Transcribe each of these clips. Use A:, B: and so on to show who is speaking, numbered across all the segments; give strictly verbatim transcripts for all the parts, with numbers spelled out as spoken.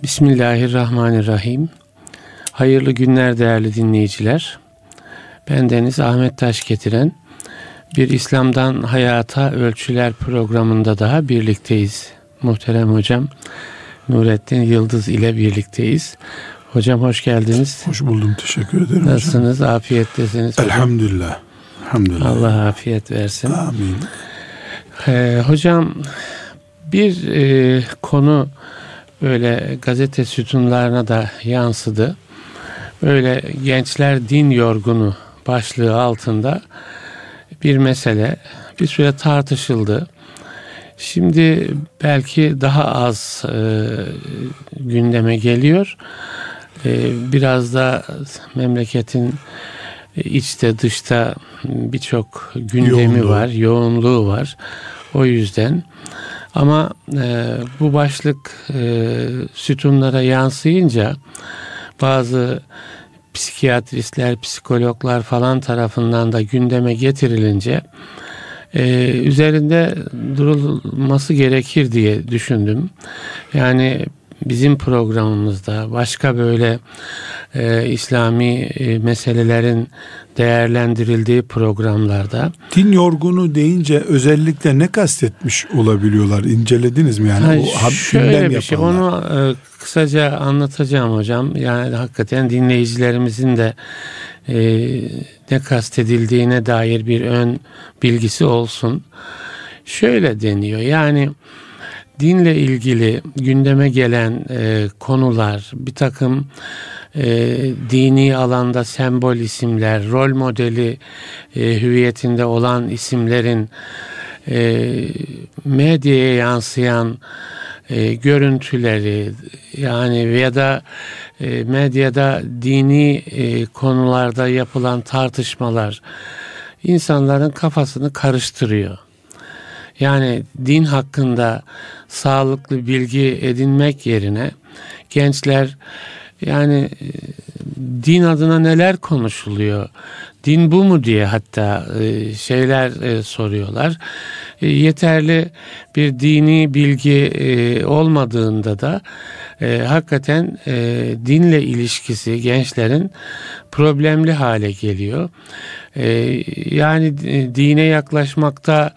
A: Bismillahirrahmanirrahim. Hayırlı günler değerli dinleyiciler. Bendeniz Ahmet Taş getiren bir İslam'dan Hayata Ölçüler programında daha birlikteyiz. Muhterem hocam Nurettin Yıldız ile birlikteyiz. Hocam hoş geldiniz.
B: Hoş buldum. Teşekkür ederim.
A: Nasılsınız? Hocam. Afiyettesiniz.
B: Elhamdülillah. Elhamdülillah.
A: Allah afiyet versin.
B: Amin.
A: Ee, hocam bir e, konu böyle gazete sütunlarına da yansıdı. Böyle gençler din yorgunu başlığı altında bir mesele bir süre tartışıldı. Şimdi belki daha az e, gündeme geliyor. E, biraz da memleketin içte dışta birçok gündemi Yoğunluğu. var, yoğunluğu var. O yüzden ama e, bu başlık e, sütunlara yansıyınca bazı psikiyatristler, psikologlar falan tarafından da gündeme getirilince e, üzerinde durulması gerekir diye düşündüm. Yani bizim programımızda başka böyle e, İslami e, meselelerin değerlendirildiği programlarda.
B: Din yorgunu deyince özellikle ne kastetmiş olabiliyorlar? İncelediniz mi? Yani
A: ha,
B: o
A: şöyle bir şey. Onu e, kısaca anlatacağım hocam. Yani hakikaten dinleyicilerimizin de e, ne kastedildiğine dair bir ön bilgisi olsun. Şöyle deniyor. Yani dinle ilgili gündeme gelen e, konular, bir takım e, dini alanda sembol isimler, rol modeli e, hüviyetinde olan isimlerin e, medyaya yansıyan e, görüntüleri, yani ya da e, medyada dini e, konularda yapılan tartışmalar insanların kafasını karıştırıyor. Yani din hakkında sağlıklı bilgi edinmek yerine gençler yani din adına neler konuşuluyor, din bu mu diye hatta şeyler soruyorlar. Yeterli bir dini bilgi olmadığında da hakikaten dinle ilişkisi gençlerin problemli hale geliyor. Yani dine yaklaşmakta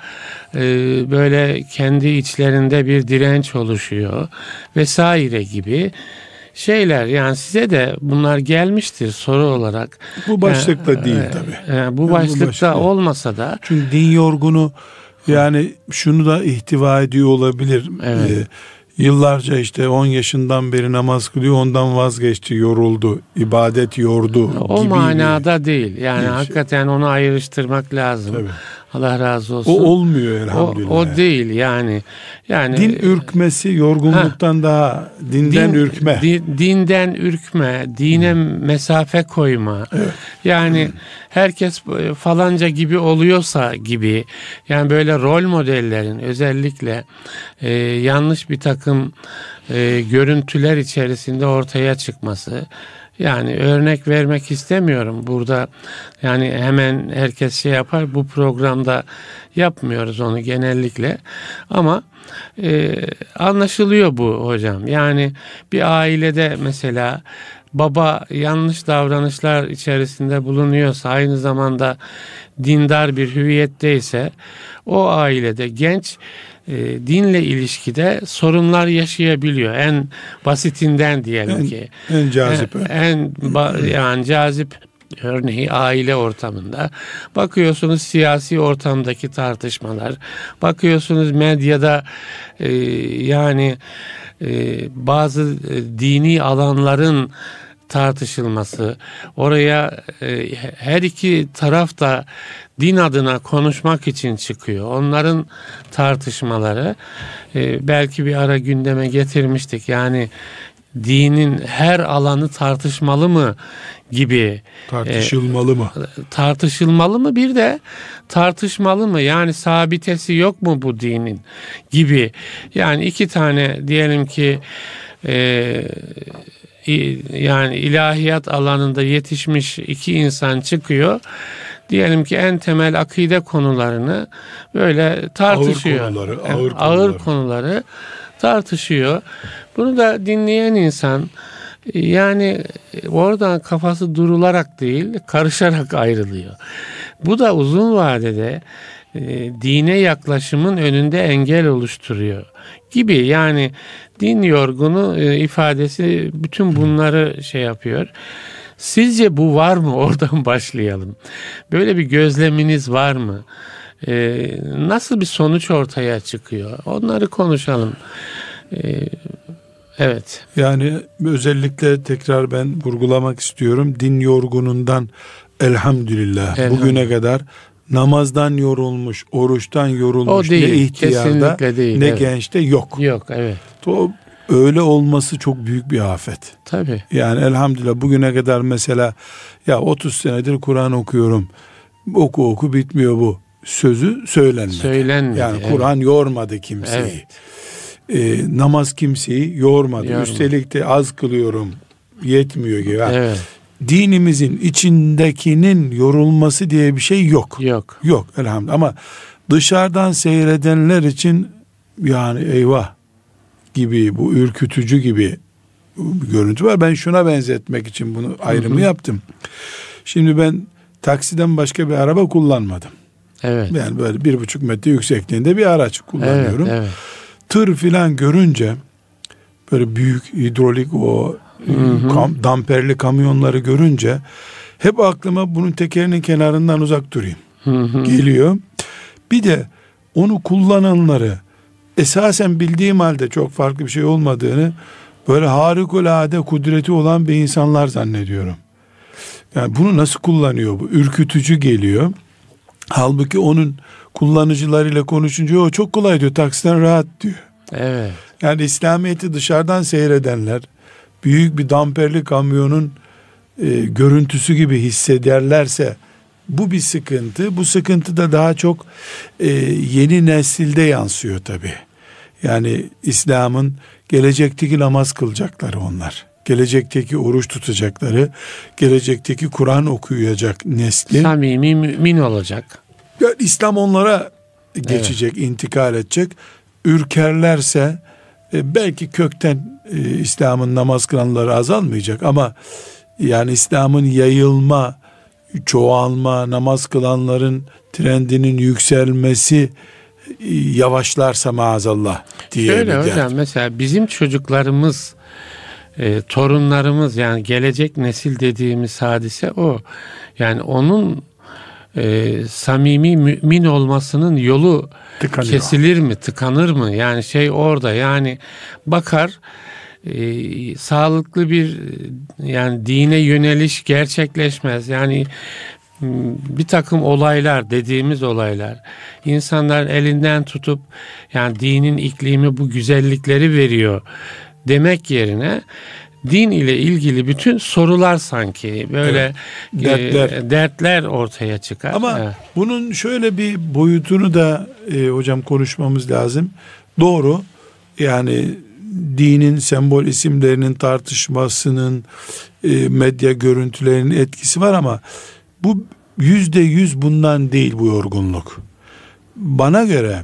A: böyle kendi içlerinde bir direnç oluşuyor vesaire gibi şeyler. Yani size de bunlar gelmiştir soru olarak.
B: Bu başlıkta ee, değil tabii.
A: E, bu başlıkta bu başlıkta olmasa da.
B: Çünkü din yorgunu yani şunu da ihtiva ediyor olabilir.
A: Evet.
B: Ee, Yıllarca işte on yaşından beri namaz kılıyor, ondan vazgeçti, yoruldu, ibadet yordu
A: o
B: gibi.
A: O manada bir, değil. Yani bir hakikaten şey. Onu ayrıştırmak lazım. Tabii. Allah razı olsun.
B: O olmuyor elhamdülillah.
A: O, o değil yani. Yani
B: din ürkmesi yorgunluktan ha, daha dinden din, ürkme.
A: Din, dinden ürkme, dine hmm. mesafe koyma.
B: Evet.
A: Yani hmm. herkes falanca gibi oluyorsa gibi. Yani böyle rol modellerin özellikle e, yanlış bir takım e, görüntüler içerisinde ortaya çıkması. Yani örnek vermek istemiyorum burada, yani hemen herkes şey yapar, bu programda yapmıyoruz onu genellikle ama e, anlaşılıyor bu hocam. Yani bir ailede mesela baba yanlış davranışlar içerisinde bulunuyorsa, aynı zamanda dindar bir hüviyetteyse, o ailede genç E, dinle ilişkide sorunlar yaşayabiliyor. En basitinden diyelim
B: en,
A: ki.
B: En cazip.
A: En, en ba, yani cazip örneği aile ortamında. Bakıyorsunuz siyasi ortamdaki tartışmalar. Bakıyorsunuz medyada e, yani e, bazı e, dini alanların tartışılması, oraya e, her iki taraf da din adına konuşmak için çıkıyor. Onların tartışmaları e, belki bir ara gündeme getirmiştik. Yani dinin her alanı tartışmalı mı gibi.
B: Tartışılmalı e, mı?
A: Tartışılmalı mı, bir de tartışmalı mı? Yani sabitesi yok mu bu dinin gibi. Yani iki tane diyelim ki e, yani ilahiyat alanında yetişmiş iki insan çıkıyor. Diyelim ki en temel akide konularını böyle tartışıyor.
B: Ağır konuları, ağır
A: yani
B: konuları.
A: Ağır konuları tartışıyor. Bunu da dinleyen insan yani oradan kafası durularak değil, karışarak ayrılıyor. Bu da uzun vadede e, dine yaklaşımın önünde engel oluşturuyor gibi. Yani din yorgunu e, ifadesi bütün bunları şey yapıyor. Sizce bu var mı? Oradan başlayalım. Böyle bir gözleminiz var mı? E, nasıl bir sonuç ortaya çıkıyor? Onları konuşalım. E, evet.
B: Yani özellikle tekrar ben vurgulamak istiyorum. Din yorgunundan elhamdülillah, elhamdülillah. bugüne kadar namazdan yorulmuş, oruçtan yorulmuş değil, ne ihtiyarda değil, ne evet. gençte yok.
A: Yok, evet.
B: O, öyle olması çok büyük bir afet.
A: Tabii.
B: Yani elhamdülillah bugüne kadar mesela ya otuz senedir Kur'an okuyorum. Oku oku bitmiyor bu sözü söylenmedi.
A: Söylenmedi.
B: Yani
A: evet.
B: Kur'an yormadı kimseyi. Evet. Ee, namaz kimseyi yormadı. Yormadı. Üstelik de az kılıyorum, yetmiyor gibi.
A: Evet.
B: Dinimizin içindekinin yorulması diye bir şey yok.
A: Yok.
B: Yok elhamdülillah. Ama dışarıdan seyredenler için yani eyvah gibi, bu ürkütücü gibi bir görüntü var. Ben şuna benzetmek için bunu ayrımı hı hı. yaptım. Şimdi ben taksiden başka bir araba kullanmadım.
A: Evet.
B: Yani böyle bir buçuk metre yüksekliğinde bir araç kullanıyorum.
A: Evet, evet.
B: Tır filan görünce böyle büyük hidrolik o hı hı. Kam, damperli kamyonları görünce hep aklıma bunun tekerinin kenarından uzak durayım
A: hı hı.
B: geliyor. Bir de onu kullananları esasen bildiğim halde çok farklı bir şey olmadığını böyle harikulade kudreti olan bir insanlar zannediyorum. Yani bunu nasıl kullanıyor bu? Ürkütücü geliyor. Halbuki onun kullanıcılarıyla konuşunca o çok kolay diyor. Taksiden rahat diyor.
A: Evet.
B: Yani İslamiyet'i dışarıdan seyredenler büyük bir damperli kamyonun e, görüntüsü gibi hissederlerse bu bir sıkıntı. Bu sıkıntı da daha çok e, yeni nesilde yansıyor tabii. Yani İslam'ın gelecekteki namaz kılacakları onlar. Gelecekteki oruç tutacakları, gelecekteki Kur'an okuyacak nesli.
A: Samimi mümin olacak.
B: Yani İslam onlara geçecek, evet. intikal edecek. Ürkerlerse e, belki kökten e, İslam'ın namaz kılanları azalmayacak ama yani İslam'ın yayılma, çoğalma, namaz kılanların trendinin yükselmesi e, yavaşlarsa maazallah diye.
A: Şöyle hocam, mesela bizim çocuklarımız, e, torunlarımız, yani gelecek nesil dediğimiz hadise o. Yani onun e, samimi mümin olmasının yolu tıkanıyor. Kesilir mi, tıkanır mı? Yani şey orada, yani bakar e, sağlıklı bir yani dine yöneliş gerçekleşmez. Yani bir takım olaylar, dediğimiz olaylar, insanlar elinden tutup yani dinin iklimi bu güzellikleri veriyor demek yerine din ile ilgili bütün sorular sanki böyle evet, dertler. E, dertler ortaya çıkar.
B: Ama
A: evet.
B: bunun şöyle bir boyutunu da e, hocam konuşmamız lazım. Doğru, yani dinin sembol isimlerinin tartışmasının e, medya görüntülerinin etkisi var ama bu yüzde yüz bundan değil bu yorgunluk. Bana göre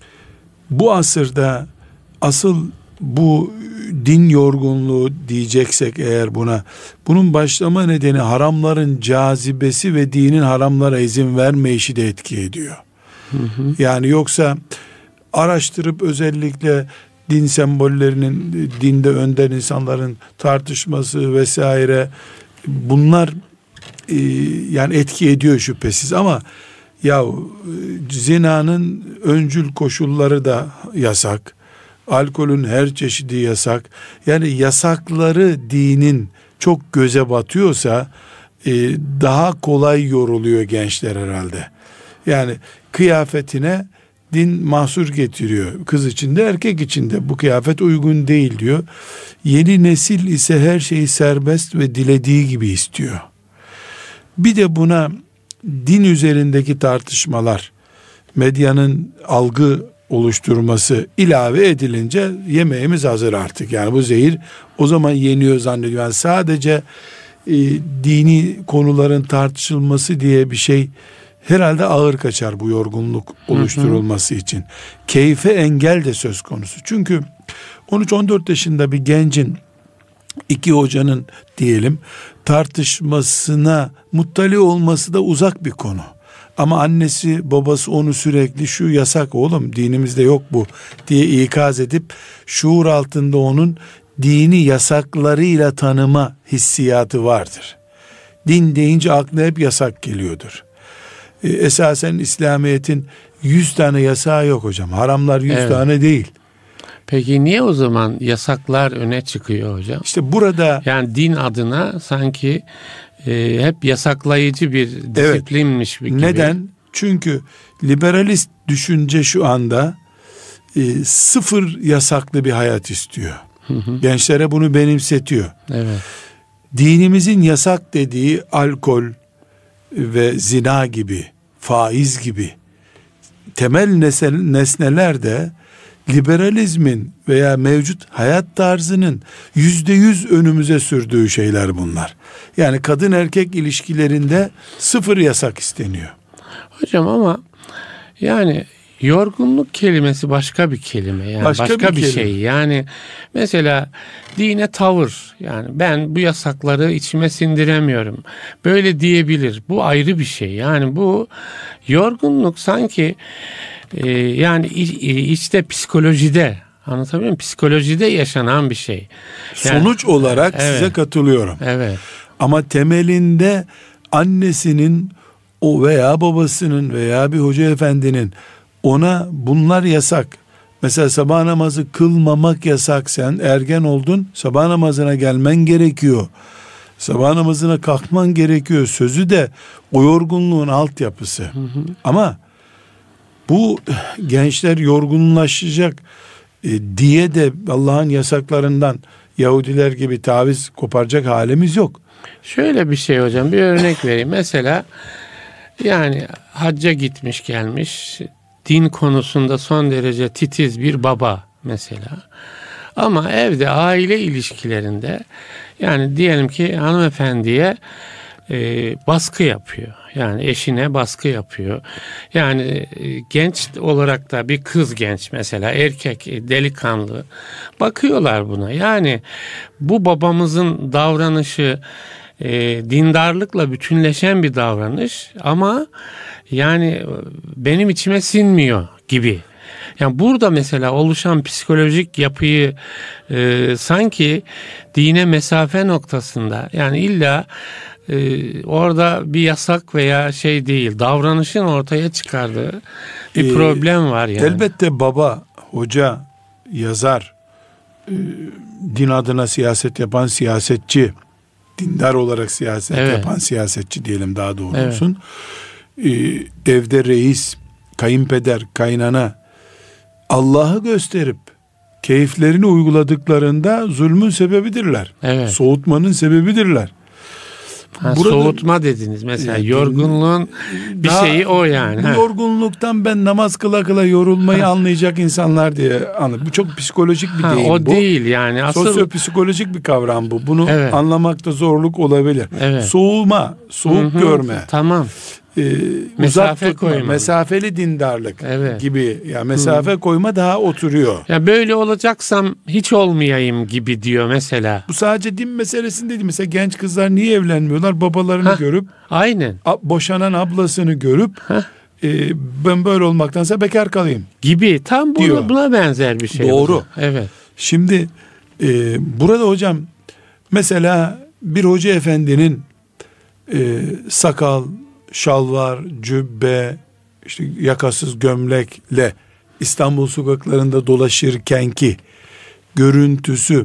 B: bu asırda asıl bu din yorgunluğu diyeceksek eğer buna, bunun başlama nedeni haramların cazibesi ve dinin haramlara izin vermeyişi de etki ediyor. Hı hı. Yani yoksa araştırıp özellikle din sembollerinin, dinde önder insanların tartışması vesaire, bunlar e, yani etki ediyor şüphesiz ama ya zinanın öncül koşulları da yasak. Alkolün her çeşidi yasak. Yani yasakları dinin çok göze batıyorsa e, daha kolay yoruluyor gençler herhalde. Yani kıyafetine din mahsur getiriyor. Kız için de erkek için de bu kıyafet uygun değil diyor. Yeni nesil ise her şeyi serbest ve dilediği gibi istiyor. Bir de buna din üzerindeki tartışmalar, medyanın algı oluşturması ilave edilince yemeğimiz hazır artık. Yani bu zehir o zaman yeniyor zannediyor. Yani sadece e, dini konuların tartışılması diye bir şey herhalde ağır kaçar bu yorgunluk oluşturulması hı hı. için. Keyfe engel de söz konusu. Çünkü on üç on dört yaşında bir gencin iki hocanın diyelim tartışmasına muttali olması da uzak bir konu. Ama annesi babası onu sürekli şu yasak oğlum dinimizde yok bu diye ikaz edip şuur altında onun dini yasaklarıyla tanıma hissiyatı vardır. Din deyince aklına hep yasak geliyordur. E, esasen İslamiyet'in yüz tane yasağı yok hocam. Haramlar yüz
A: Evet.
B: tane değil.
A: Peki niye o zaman yasaklar öne çıkıyor hocam?
B: İşte burada
A: Yani din adına sanki e, hep yasaklayıcı bir disiplinmiş gibi.
B: neden? Çünkü liberalist düşünce şu anda e, sıfır yasaklı bir hayat istiyor.
A: Hı hı.
B: Gençlere bunu benimsetiyor.
A: Evet.
B: Dinimizin yasak dediği alkol ve zina gibi, faiz gibi temel nesne- nesneler de liberalizmin veya mevcut hayat tarzının yüzde yüz önümüze sürdüğü şeyler bunlar. Yani kadın erkek ilişkilerinde sıfır yasak isteniyor.
A: Hocam ama yani yorgunluk kelimesi başka bir kelime. Yani
B: Başka
A: başka,
B: bir
A: bir,
B: kelime.
A: şey. Yani mesela dine tavır. Yani ben bu yasakları içime sindiremiyorum. Böyle diyebilir. Bu ayrı bir şey. Yani bu yorgunluk sanki e, yani iç, içte psikolojide, anlatabiliyor muyum? Psikolojide yaşanan bir şey. Yani-
B: Sonuç olarak
A: Evet.
B: size katılıyorum.
A: Evet.
B: Ama temelinde annesinin o veya babasının veya bir hoca efendinin ona bunlar yasak. Mesela sabah namazı kılmamak yasak, sen ergen oldun, sabah namazına gelmen gerekiyor. Sabah namazına kalkman gerekiyor sözü de o yorgunluğun altyapısı. Hı hı. Ama bu gençler yorgunlaşacak e, diye de Allah'ın yasaklarından Yahudiler gibi taviz koparacak halimiz yok.
A: Şöyle bir şey hocam, bir örnek vereyim. Mesela yani hacca gitmiş gelmiş, din konusunda son derece titiz bir baba mesela. Ama evde aile ilişkilerinde yani diyelim ki hanımefendiye e, baskı yapıyor. Yani eşine baskı yapıyor. Yani e, genç olarak da bir kız genç mesela, erkek e, delikanlı bakıyorlar buna. Yani bu babamızın davranışı e, dindarlıkla bütünleşen bir davranış ama yani e, benim içime sinmiyor gibi. Yani burada mesela oluşan psikolojik yapıyı e, sanki dine mesafe noktasında, yani illa e, orada bir yasak veya şey değil, davranışın ortaya çıkardığı bir
B: Ee,
A: problem var yani.
B: Elbette baba, hoca, yazar, e, din adına siyaset yapan siyasetçi, dindar olarak siyaset
A: Evet.
B: yapan siyasetçi diyelim daha doğru
A: Evet.
B: olsun. Ee, evde reis, kayınpeder, kaynana Allah'ı gösterip keyiflerini uyguladıklarında zulmün sebebidirler.
A: Evet.
B: Soğutmanın sebebidirler.
A: Ha,
B: Burada-
A: soğutma dediniz mesela,
B: Yani
A: yorgunluğun bir
B: Daha-
A: şeyi o yani.
B: Bu
A: Ha.
B: yorgunluktan ben namaz kıla kıla yorulmayı anlayacak insanlar diye anladım. Bu çok psikolojik bir
A: Ha,
B: deyim
A: o
B: bu.
A: değil yani asıl.
B: Sosyopsikolojik bir kavram bu. Bunu
A: Evet.
B: anlamakta zorluk olabilir.
A: Evet.
B: Soğuma, soğuk
A: Hı hı,
B: görme,
A: Tamam.
B: e,
A: Mesafe
B: uzak tutma,
A: koyma.
B: mesafeli dindarlık
A: Evet.
B: gibi. Ya mesafe koyma daha oturuyor.
A: Ya böyle olacaksam hiç olmayayım gibi diyor mesela.
B: Bu sadece din meselesinde değil. Mesela genç kızlar niye evlenmiyorlar? Babalarını
A: Hah.
B: görüp,
A: Aynen.
B: a- boşanan ablasını görüp
A: Hah.
B: e, ben böyle olmaktansa bekar kalayım.
A: Gibi. Tam buna,
B: Diyor.
A: buna benzer bir şey.
B: Doğru.
A: hocam. Evet.
B: Şimdi e, burada hocam mesela bir hoca efendinin e, sakal, şalvar, cübbe, işte yakasız gömlekle İstanbul sokaklarında dolaşırken ki görüntüsü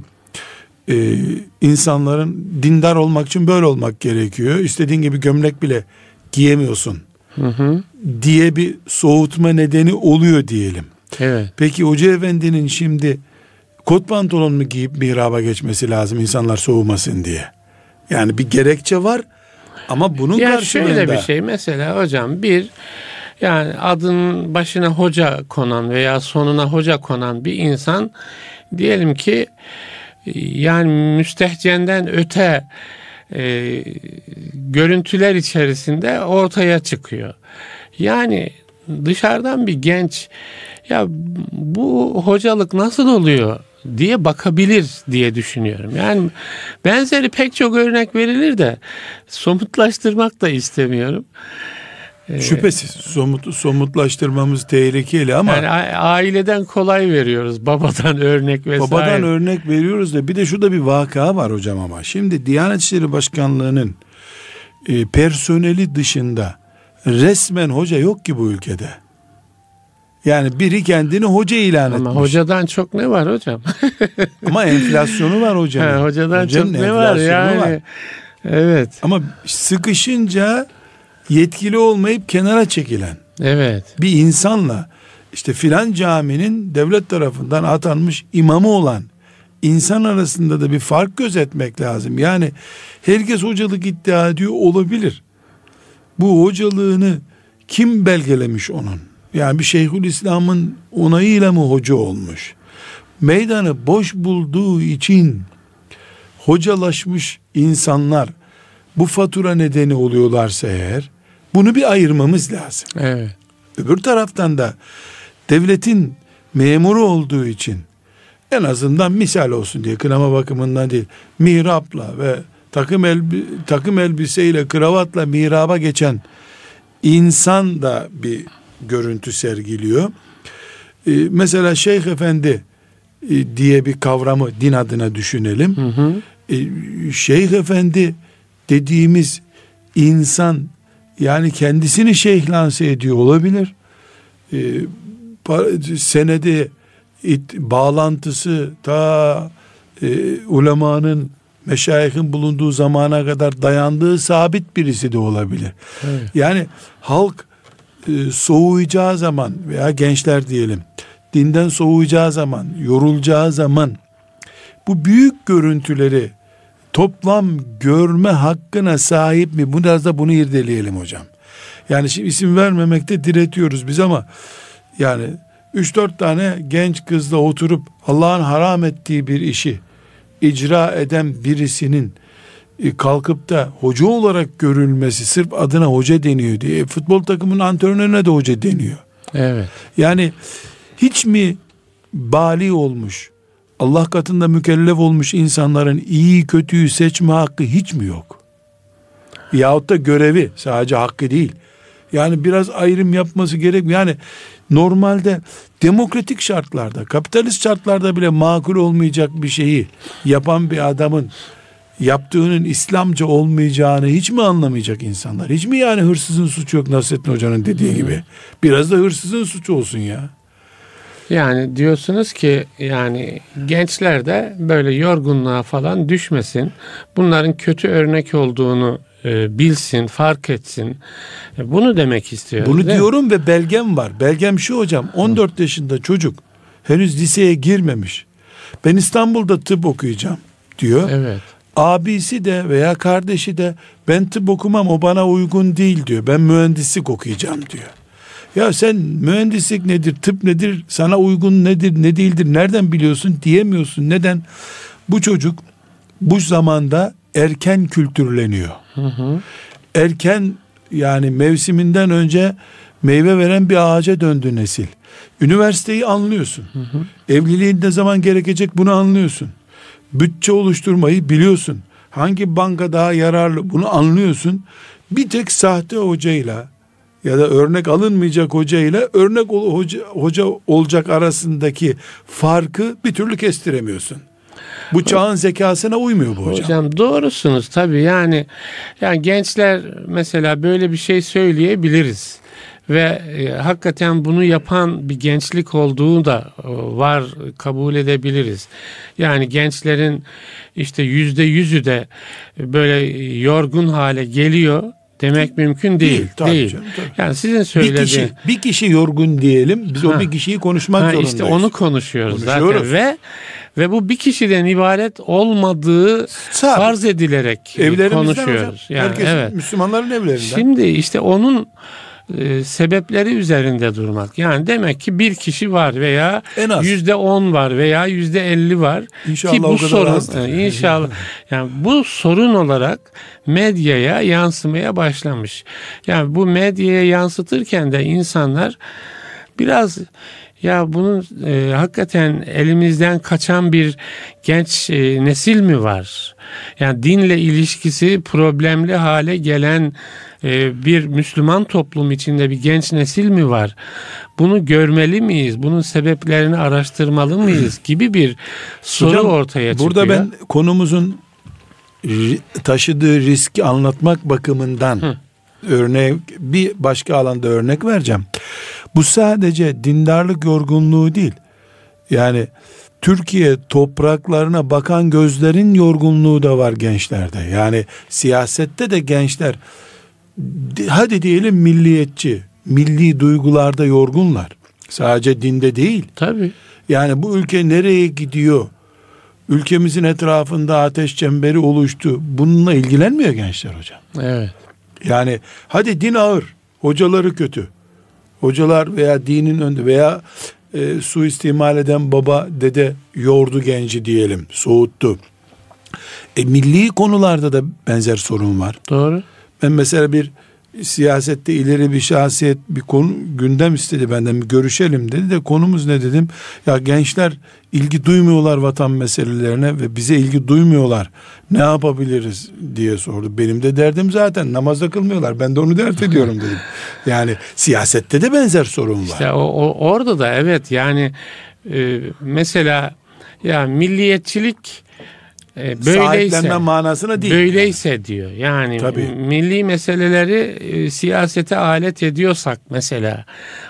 B: e, insanların dindar olmak için böyle olmak gerekiyor. İstediğin gibi gömlek bile giyemiyorsun
A: Hı hı.
B: diye bir soğutma nedeni oluyor diyelim.
A: Evet.
B: Peki hoca efendinin şimdi kot pantolon mu giyip mihraba geçmesi lazım insanlar soğumasın diye? Yani bir gerekçe var ama bunun
A: Ya
B: karşılığında
A: şöyle bir şey mesela hocam, bir yani adının başına hoca konan veya sonuna hoca konan bir insan diyelim ki yani müstehcenden öte e, görüntüler içerisinde ortaya çıkıyor. Yani dışarıdan bir genç ya bu hocalık nasıl oluyor diye bakabilir diye düşünüyorum. Yani benzeri pek çok örnek verilir de somutlaştırmak da istemiyorum.
B: Şüphesiz somut, somutlaştırmamız tehlikeli ama
A: yani aileden kolay veriyoruz, babadan örnek vesaire.
B: Babadan örnek veriyoruz da bir de şurada bir vaka var hocam ama. Şimdi Diyanet İşleri Başkanlığı'nın e, personeli dışında resmen hoca yok ki bu ülkede. Yani biri kendini hoca ilan
A: ama
B: etmiş.
A: Ama hocadan çok ne var hocam?
B: Ama enflasyonu var hocam.
A: Ha, hocadan
B: Hocanın
A: çok ne var yani? Var. Evet.
B: Ama sıkışınca yetkili olmayıp kenara çekilen.
A: Evet.
B: Bir insanla işte filan caminin devlet tarafından atanmış imamı olan insan arasında da bir fark gözetmek lazım. Yani herkes hocalık iddia ediyor olabilir. Bu hocalığını kim belgelemiş onun? Yani bir Şeyhülislam'ın onayıyla mı hoca olmuş? Meydanı boş bulduğu için hocalaşmış insanlar bu fatura nedeni oluyorlarsa eğer, bunu bir ayırmamız lazım.
A: Evet.
B: Öbür taraftan da devletin memuru olduğu için en azından misal olsun diye, kınama bakımından değil, mihrapla ve takım elbi, takım elbiseyle kravatla mihraba geçen insan da bir görüntü sergiliyor. Ee, mesela Şeyh Efendi e, diye bir kavramı din adına düşünelim. Hı hı. Ee, Şeyh Efendi dediğimiz insan yani kendisini şeyh lanse ediyor olabilir. Ee, senede it, bağlantısı ta e, ulemanın, meşayihin bulunduğu zamana kadar dayandığı sabit birisi de olabilir. Evet. Yani halk e, soğuyacağı zaman veya gençler diyelim dinden soğuyacağı zaman, yorulacağı zaman bu büyük görüntüleri toplam görme hakkına sahip mi? Biraz da bunu irdeleyelim hocam. Yani şimdi isim vermemekte diretiyoruz biz ama yani üç dört tane genç kızla oturup Allah'ın haram ettiği bir işi icra eden birisinin kalkıp da hoca olarak görülmesi, sırf adına hoca deniyor diye, futbol takımının antrenörüne de hoca deniyor.
A: Evet.
B: Yani hiç mi bali olmuş, Allah katında mükellef olmuş insanların iyi kötüyü seçme hakkı hiç mi yok? Yahut da görevi, sadece hakkı değil. Yani biraz ayrım yapması gerek. Yani normalde demokratik şartlarda, kapitalist şartlarda bile makul olmayacak bir şeyi yapan bir adamın yaptığının İslamca olmayacağını hiç mi anlamayacak insanlar? Hiç mi yani hırsızın suçu yok Nasrettin Hoca'nın dediği gibi? Biraz da hırsızın suçu olsun ya.
A: Yani diyorsunuz ki yani gençler de böyle yorgunluğa falan düşmesin. Bunların kötü örnek olduğunu e, bilsin, fark etsin. E, bunu demek istiyorum.
B: Bunu diyorum ve belgem var. Belgem şu hocam, on dört Hı. yaşında çocuk henüz liseye girmemiş. Ben İstanbul'da tıp okuyacağım diyor.
A: Evet.
B: Abisi de veya kardeşi de ben tıp okumam, o bana uygun değil diyor. Ben mühendislik okuyacağım diyor. Ya sen mühendislik nedir, tıp nedir, sana uygun nedir, ne değildir, nereden biliyorsun diyemiyorsun. Neden? Bu çocuk bu zamanda erken kültürleniyor. Hı hı. Erken, yani mevsiminden önce meyve veren bir ağaca döndü nesil. Üniversiteyi anlıyorsun. Hı hı. Evliliğin ne zaman gerekecek bunu anlıyorsun. Bütçe oluşturmayı biliyorsun. Hangi banka daha yararlı bunu anlıyorsun. Bir tek sahte hocayla ya da örnek alınmayacak hocayla örnek hoca, hoca olacak arasındaki farkı bir türlü kestiremiyorsun. Bu çağın zekasına uymuyor bu hocam.
A: Hocam doğrusunuz tabii, yani yani gençler mesela böyle bir şey söyleyebiliriz ve e, hakikaten bunu yapan bir gençlik olduğu da e, var, kabul edebiliriz. Yani gençlerin işte yüzde yüzü de böyle yorgun hale geliyor demek mümkün değil. Değil. Tabii değil. Canım, tabii. Yani sizin söylediğiniz
B: bir kişi, bir kişi yorgun diyelim. Biz ha. o bir kişiyi konuşmak ha, zorundayız. İşte
A: onu konuşuyoruz zaten ve ve bu bir kişiden ibaret olmadığı Sabit. farz edilerek konuşuyoruz.
B: Hocam, yani herkesin, evet. Müslümanların evlerinden.
A: Şimdi işte onun e, sebepleri üzerinde durmak. Yani demek ki bir kişi var veya yüzde on var veya yüzde elli var.
B: İnşallah
A: ki bu sorun e, inşallah yani bu sorun olarak medyaya yansımaya başlamış. Yani bu medyaya yansıtırken de insanlar biraz Ya bunun e, hakikaten elimizden kaçan bir genç e, nesil mi var? Yani dinle ilişkisi problemli hale gelen e, bir Müslüman toplum içinde bir genç nesil mi var? Bunu görmeli miyiz? Bunun sebeplerini araştırmalı mıyız? Gibi bir soru
B: Hocam,
A: ortaya çıkıyor.
B: burada ben konumuzun taşıdığı riski anlatmak bakımından Hı. örnek bir başka alanda örnek vereceğim. Bu sadece dindarlık yorgunluğu değil. Yani Türkiye topraklarına bakan gözlerin yorgunluğu da var gençlerde. Yani siyasette de gençler hadi diyelim milliyetçi, milli duygularda yorgunlar. Sadece dinde değil.
A: Tabii.
B: Yani bu ülke nereye gidiyor? Ülkemizin etrafında ateş çemberi oluştu. Bununla ilgilenmiyor gençler hocam.
A: Evet.
B: Yani hadi din ağır, hocaları kötü. Hocalar veya dinin önde veya e, suistimal eden baba dede yordu genci diyelim, soğuttu. E, milli konularda da benzer sorun var.
A: Doğru.
B: Ben mesela bir siyasette ileri bir şahsiyet bir konu gündem istedi benden, bir görüşelim dedi de konumuz ne dedim? Ya gençler ilgi duymuyorlar vatan meselelerine ve bize ilgi duymuyorlar. Ne yapabiliriz diye sordu. Benim de derdim zaten namazda kılmıyorlar. Ben de onu dert ediyorum dedim. Yani siyasette de benzer sorun var.
A: İşte o, o orada da evet yani e, mesela ya milliyetçilik E, böyleyse
B: manasına değil.
A: Böyleyse yani. Diyor. Yani
B: Tabii.
A: milli meseleleri e, siyasete alet ediyorsak mesela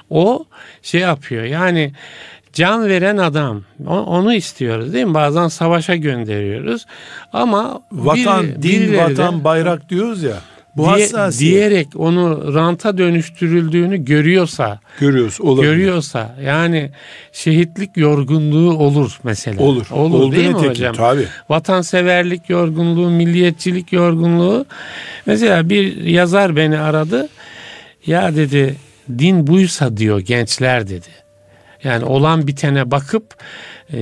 A: o şey yapıyor. Yani can veren adam o, onu istiyoruz değil mi? Bazen savaşa gönderiyoruz. Ama
B: vatan,
A: bir,
B: din, vatan,
A: de,
B: bayrak diyoruz ya. Bu
A: diye,
B: hassasiyet.
A: Diyerek onu ranta dönüştürüldüğünü görüyorsa,
B: görüyoruz, olabilir.
A: görüyorsa yani şehitlik yorgunluğu olur mesela.
B: Olur.
A: Olur
B: Oldu
A: değil mi
B: tekin,
A: hocam?
B: Tabii.
A: Vatanseverlik yorgunluğu, milliyetçilik yorgunluğu. Mesela bir yazar beni aradı. Ya dedi din buysa diyor gençler dedi. Yani olan bitene bakıp e,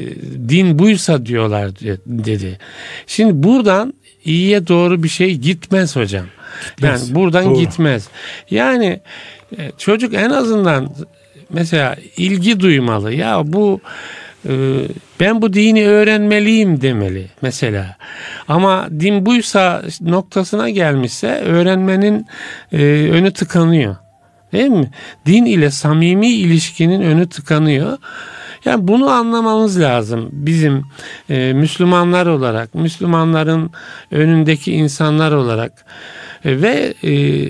A: din buysa diyorlar dedi. Şimdi buradan iyiye doğru bir şey gitmez hocam.
B: Gitmez.
A: Yani buradan
B: Doğru.
A: gitmez. Yani e, çocuk en azından mesela ilgi duymalı. Ya bu e, ben bu dini öğrenmeliyim demeli mesela. Ama din buysa noktasına gelmişse öğrenmenin e, önü tıkanıyor. Değil mi? Din ile samimi ilişkinin önü tıkanıyor. Yani bunu anlamamız lazım bizim e, Müslümanlar olarak, Müslümanların önündeki insanlar olarak e, ve e,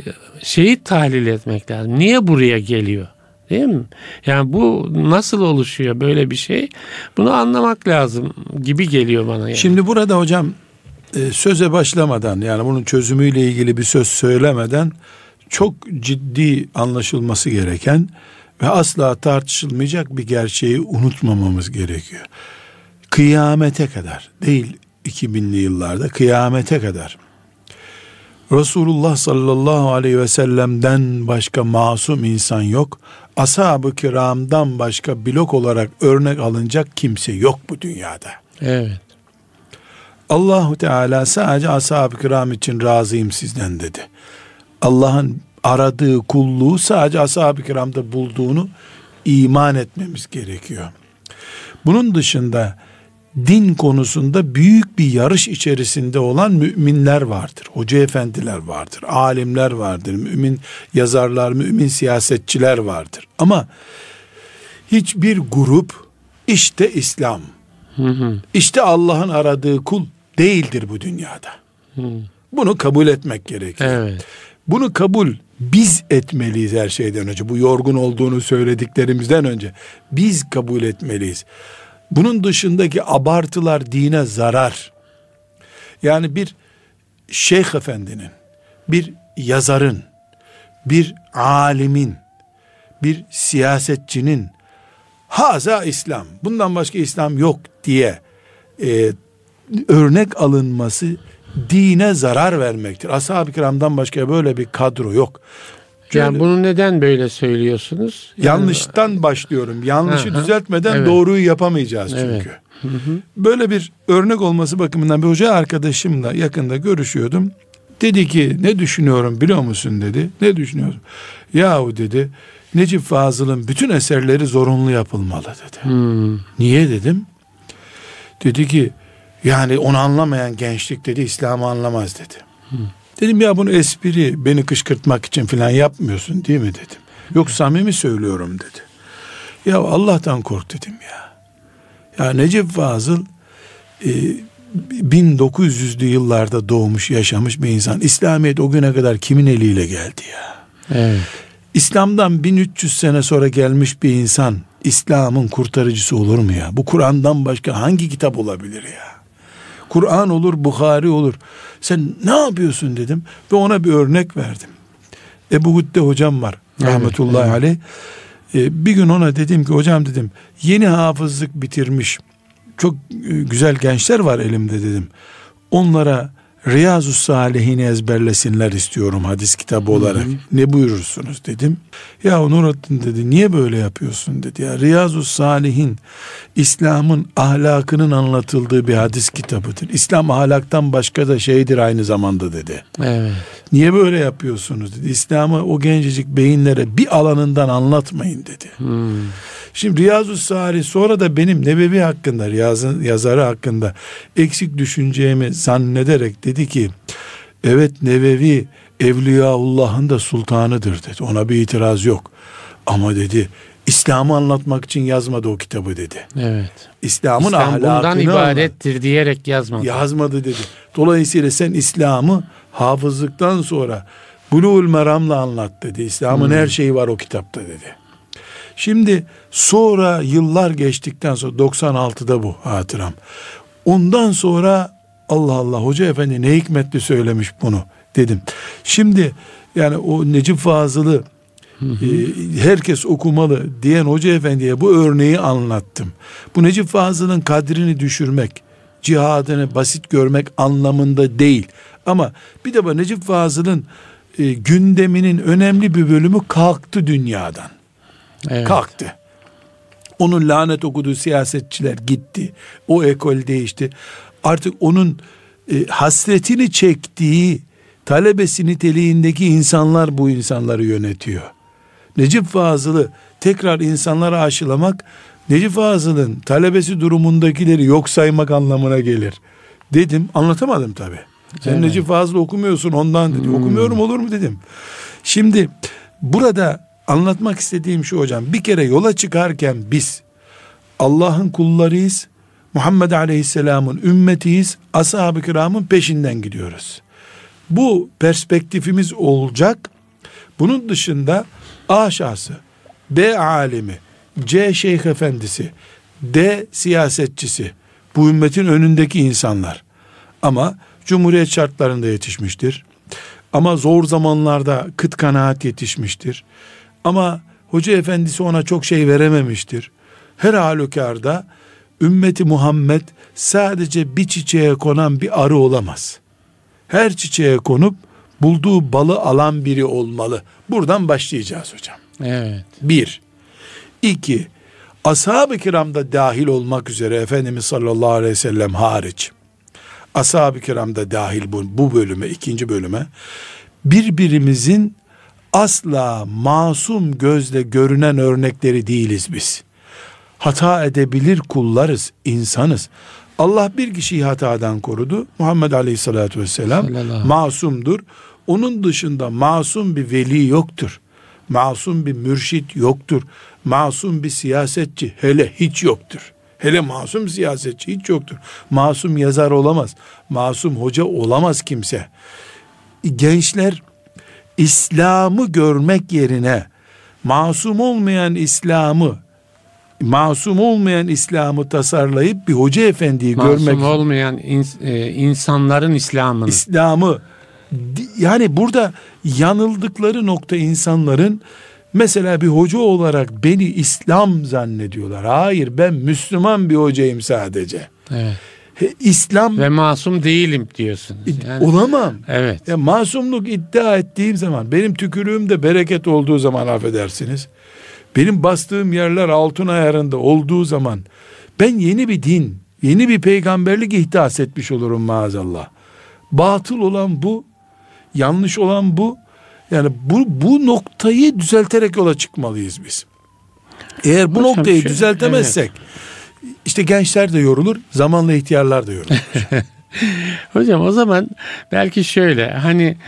A: şeyi tahlil etmek lazım. Niye buraya geliyor? Değil mi? Yani bu nasıl oluşuyor böyle bir şey? Bunu anlamak lazım gibi geliyor bana. Yani.
B: Şimdi burada hocam e, söze başlamadan yani bunun çözümüyle ilgili bir söz söylemeden çok ciddi anlaşılması gereken ve asla tartışılmayacak bir gerçeği unutmamamız gerekiyor. Kıyamete kadar değil iki binli yıllarda kıyamete kadar Resulullah sallallahu aleyhi ve sellem'den başka masum insan yok. Ashab-ı kiramdan başka blok olarak örnek alınacak kimse yok bu dünyada.
A: Evet.
B: Allahu Teala sadece ashab-ı kiram için razıyım sizden dedi. Allah'ın aradığı kulluğu sadece ashab-ı kiramda bulduğunu iman etmemiz gerekiyor. Bunun dışında din konusunda büyük bir yarış içerisinde olan müminler vardır. Hoca efendiler vardır, alimler vardır, mümin yazarlar, mümin siyasetçiler vardır. Ama hiçbir grup işte İslam, hı hı. işte Allah'ın aradığı kul değildir bu dünyada. Hı. Bunu kabul etmek gerekiyor.
A: Evet.
B: Bunu kabul biz etmeliyiz her şeyden önce. Bu yorgun olduğunu söylediklerimizden önce biz kabul etmeliyiz. Bunun dışındaki abartılar dine zarar. Yani bir şeyh efendinin, bir yazarın, bir alimin, bir siyasetçinin haza İslam, bundan başka İslam yok diye e, örnek alınması dine zarar vermektir. Ashab-ı kiramdan başka böyle bir kadro yok.
A: Şöyle, yani bunu neden böyle söylüyorsunuz? Yani,
B: yanlıştan başlıyorum. Yanlışı
A: aha,
B: düzeltmeden evet. doğruyu yapamayacağız çünkü. Evet. Hı hı. Böyle bir örnek olması bakımından bir hoca arkadaşımla yakında görüşüyordum. Dedi ki ne düşünüyorum biliyor musun dedi. Ne düşünüyorsun? Yahu dedi Necip Fazıl'ın bütün eserleri zorunlu yapılmalı dedi.
A: Hmm.
B: Niye dedim? Dedi ki yani onu anlamayan gençlik dedi İslam'ı anlamaz dedi. Hmm. Dedim ya bunu espri, beni kışkırtmak için falan yapmıyorsun değil mi dedim. Yok samimi söylüyorum dedi. Ya Allah'tan kork dedim ya. Ya Necip Fazıl e, bin dokuz yüzlü yıllarda doğmuş yaşamış bir insan. İslamiyet o güne kadar kimin eliyle geldi ya?
A: Evet.
B: İslam'dan bin üç yüz sene sonra gelmiş bir insan İslam'ın kurtarıcısı olur mu ya? Bu Kur'an'dan başka hangi kitap olabilir ya? Kur'an olur, Bukhari olur. Sen ne yapıyorsun dedim ve ona bir örnek verdim. Ebu Hütte hocam var, evet, rahmetullahi evet. aleyh. Ee, bir gün ona dedim ki hocam dedim yeni hafızlık bitirmiş çok güzel gençler var elimde dedim. Onlara Riyazu Salihini ezberlesinler istiyorum hadis kitabı olarak. Hı hı. Ne buyurursunuz dedim. Ya Nurattin dedi niye böyle yapıyorsun dedi. Ya Riyazu Salihin İslam'ın ahlakının anlatıldığı bir hadis kitabıdır. İslam ahlaktan başka da şeydir aynı zamanda dedi. Evet. Niye böyle yapıyorsunuz dedi. İslam'ı o gencecik beyinlere bir alanından anlatmayın dedi. Hmm. Şimdi Riyazu Salih sonra da benim Nebevi hakkında, Riyaz'ın yazarı hakkında eksik düşüneceğimi zannederek dedi ki evet Nebevi Evliyaullah'ın da sultanıdır dedi. Ona bir itiraz yok. Ama dedi İslam'ı anlatmak için yazmadı o kitabı dedi. Evet. İslam'ın
A: İslam
B: ahlakını
A: bundan ibarettir anlat. Diyerek yazmadı.
B: Yazmadı dedi. Dolayısıyla sen İslam'ı hafızlıktan sonra Buluğul Meram'la anlat dedi. İslam'ın hmm. her şeyi var o kitapta dedi. Şimdi sonra yıllar geçtikten sonra doksan altıda bu hatıram. Ondan sonra Allah Allah hoca efendi ne hikmetli söylemiş bunu dedim. Şimdi yani o Necip Fazıl'ı Hı hı. e, herkes okumalı diyen hoca efendiye bu örneği anlattım. Bu Necip Fazıl'ın kadrini düşürmek, cihadını basit görmek anlamında değil. Ama bir de bu Necip Fazıl'ın e, gündeminin önemli bir bölümü kalktı dünyadan. Evet. Kalktı. Onun lanet okuduğu siyasetçiler gitti. O ekol değişti. Artık onun e, hasretini çektiği talebesi niteliğindeki insanlar bu insanları yönetiyor. Necip Fazıl'ı tekrar insanlara aşılamak, Necip Fazıl'ın talebesi durumundakileri yok saymak anlamına gelir. Dedim, anlatamadım tabii. Sen evet. Necip Fazıl okumuyorsun ondan dedi. Hmm. Okumuyorum olur mu dedim. Şimdi burada anlatmak istediğim şu hocam. Bir kere yola çıkarken biz Allah'ın kullarıyız. Muhammed Aleyhisselam'ın ümmetiyiz. Ashab-ı kiramın peşinden gidiyoruz. Bu perspektifimiz olacak. Bunun dışında A şahsı, B alimi, C şeyh efendisi, D siyasetçisi, bu ümmetin önündeki insanlar. Ama Cumhuriyet şartlarında yetişmiştir. Ama zor zamanlarda kıt kanaat yetişmiştir. Ama hoca efendisi ona çok şey verememiştir. Her halükarda ümmeti Muhammed sadece bir çiçeğe konan bir arı olamaz. Her çiçeğe konup bulduğu balı alan biri olmalı. Buradan başlayacağız hocam. Evet. Bir. İki. Ashab-ı kiramda dahil olmak üzere Efendimiz sallallahu aleyhi ve sellem hariç, ashab-ı kiramda dahil bu, bu bölüme, ikinci bölüme, birbirimizin asla masum gözle görünen örnekleri değiliz biz. Hata edebilir kullarız, insanız. Allah bir kişiyi hatadan korudu. Muhammed Aleyhisselatü Vesselam Sallallahu. masumdur. Onun dışında masum bir veli yoktur. Masum bir mürşit yoktur. Masum bir siyasetçi hele hiç yoktur. Hele masum siyasetçi hiç yoktur. Masum yazar olamaz. Masum hoca olamaz kimse. Gençler İslam'ı görmek yerine masum olmayan İslam'ı masum olmayan İslam'ı tasarlayıp bir hoca efendiyi
A: masum
B: görmek.
A: Masum olmayan ins- e, insanların İslam'ını.
B: İslam'ı yani burada yanıldıkları nokta insanların mesela bir hoca olarak beni İslam zannediyorlar. Hayır, ben Müslüman bir hocayım sadece. Evet. İslam
A: ve masum değilim diyorsunuz.
B: Yani, olamam.
A: Evet.
B: Ya masumluk iddia ettiğim zaman, benim tükürüğümde bereket olduğu zaman affedersiniz. Benim bastığım yerler altın ayarında olduğu zaman ben yeni bir din, yeni bir peygamberlik ihdas etmiş olurum maazallah. Batıl olan bu, yanlış olan bu. Yani bu, bu noktayı düzelterek yola çıkmalıyız biz. Eğer bu
A: Hocam
B: noktayı
A: şey,
B: düzeltemezsek evet. işte gençler de yorulur, zamanla ihtiyarlar da yorulur.
A: Hocam o zaman belki şöyle hani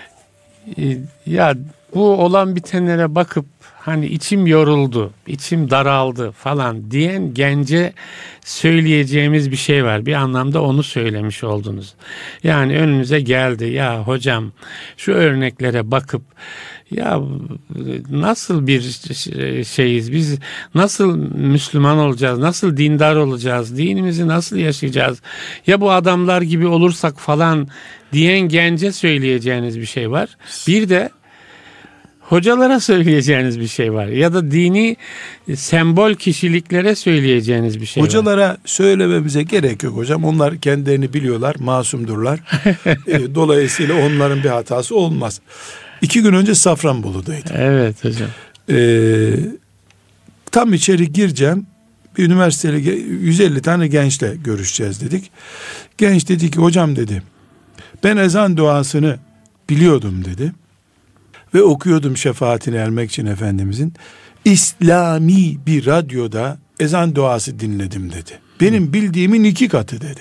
A: ya bu olan bitenlere bakıp hani içim yoruldu, içim daraldı falan diyen gence söyleyeceğimiz bir şey var. Bir anlamda onu söylemiş oldunuz. Yani önünüze geldi ya hocam şu örneklere bakıp ya nasıl bir şeyiz biz, nasıl Müslüman olacağız, nasıl dindar olacağız, dinimizi nasıl yaşayacağız, ya bu adamlar gibi olursak falan diyen gence söyleyeceğiniz bir şey var. Bir de hocalara söyleyeceğiniz bir şey var ya da dini sembol kişiliklere söyleyeceğiniz bir şey
B: Hocalara
A: var.
B: söylememize gerek yok hocam. Onlar kendilerini biliyorlar, masumdurlar. e, dolayısıyla onların bir hatası olmaz. İki gün önce Safranbolu'daydım.
A: Evet hocam.
B: Ee, tam içeri gireceğim. Bir üniversiteli yüz elli tane gençle görüşeceğiz dedik. Genç dedi ki hocam dedi, ben ezan duasını biliyordum dedi. Ve okuyordum şefaatine ermek için Efendimizin. İslami bir radyoda ezan duası dinledim dedi. Benim bildiğimin iki katı dedi.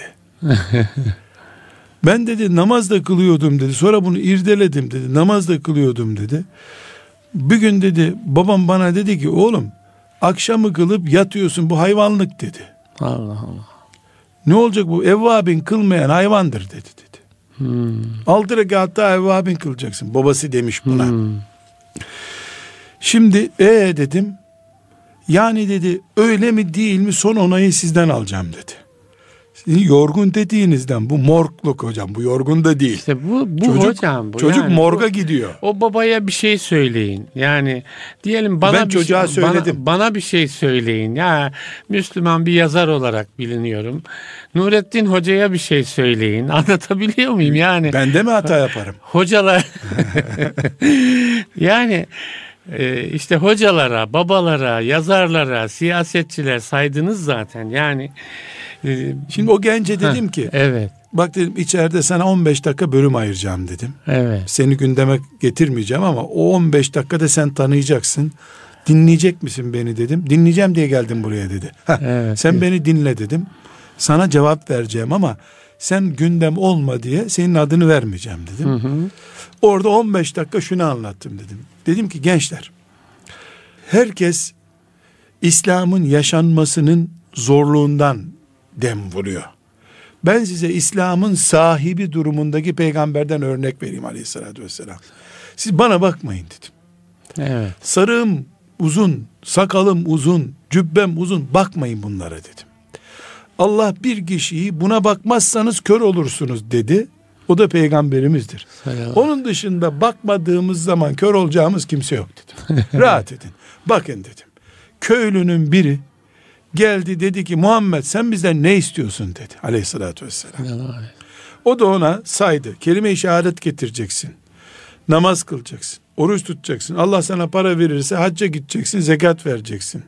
B: Ben dedi namaz da kılıyordum dedi. Sonra bunu irdeledim dedi. Namaz da kılıyordum dedi. Bir gün dedi babam bana dedi ki oğlum akşamı kılıp yatıyorsun, bu hayvanlık dedi.
A: Allah Allah.
B: Ne olacak bu? Evvabin kılmayan hayvandır dedi dedi.
A: Hmm.
B: Altı rekatta evvabin kılacaksın. Babası demiş buna.
A: Hmm.
B: Şimdi ee dedim. Yani dedi öyle mi değil mi son onayı sizden alacağım dedi. Sizin yorgun dediğinizden bu morgluk hocam, bu yorgun da değil.
A: İşte bu, bu
B: çocuk,
A: hocam. Bu
B: çocuk
A: yani
B: morga
A: bu,
B: gidiyor.
A: O babaya bir şey söyleyin. Yani diyelim bana
B: Ben
A: bir
B: çocuğa
A: şey,
B: söyledim.
A: Bana, bana bir şey söyleyin. Ya Müslüman bir yazar olarak biliniyorum. Nurettin Hoca'ya bir şey söyleyin. Anlatabiliyor muyum yani?
B: Ben de mi hata yaparım?
A: Hocalar yani e, işte hocalara, babalara, yazarlara, siyasetçiler saydınız zaten. Yani e,
B: şimdi o gence dedim
A: heh,
B: ki
A: evet.
B: Bak dedim içeride sana on beş dakika bölüm ayıracağım dedim.
A: Evet.
B: Seni gündeme getirmeyeceğim ama o on beş dakikada sen tanıyacaksın. Dinleyecek misin beni dedim. Dinleyeceğim diye geldim buraya dedi. Heh,
A: Evet,
B: sen
A: evet.
B: beni dinle dedim. Sana cevap vereceğim ama sen gündem olma diye senin adını vermeyeceğim dedim.
A: Hı hı.
B: Orada on beş dakika şunu anlattım dedim. Dedim ki gençler, herkes İslam'ın yaşanmasının zorluğundan dem vuruyor. Ben size İslam'ın sahibi durumundaki peygamberden örnek vereyim aleyhissalatü vesselam. Siz bana bakmayın dedim.
A: Evet.
B: Sarığım uzun, sakalım uzun, cübbem uzun, bakmayın bunlara dedim. Allah bir kişiyi buna bakmazsanız kör olursunuz dedi. O da peygamberimizdir.
A: Selam.
B: Onun dışında bakmadığımız zaman kör olacağımız kimse yok dedim. Rahat edin. Bakın dedim. Köylünün biri geldi dedi ki Muhammed sen bizden ne istiyorsun dedi aleyhissalatü vesselam. O da ona saydı. Kelime-i şehadet getireceksin. Namaz kılacaksın. Oruç tutacaksın. Allah sana para verirse hacca gideceksin. Zekat vereceksin.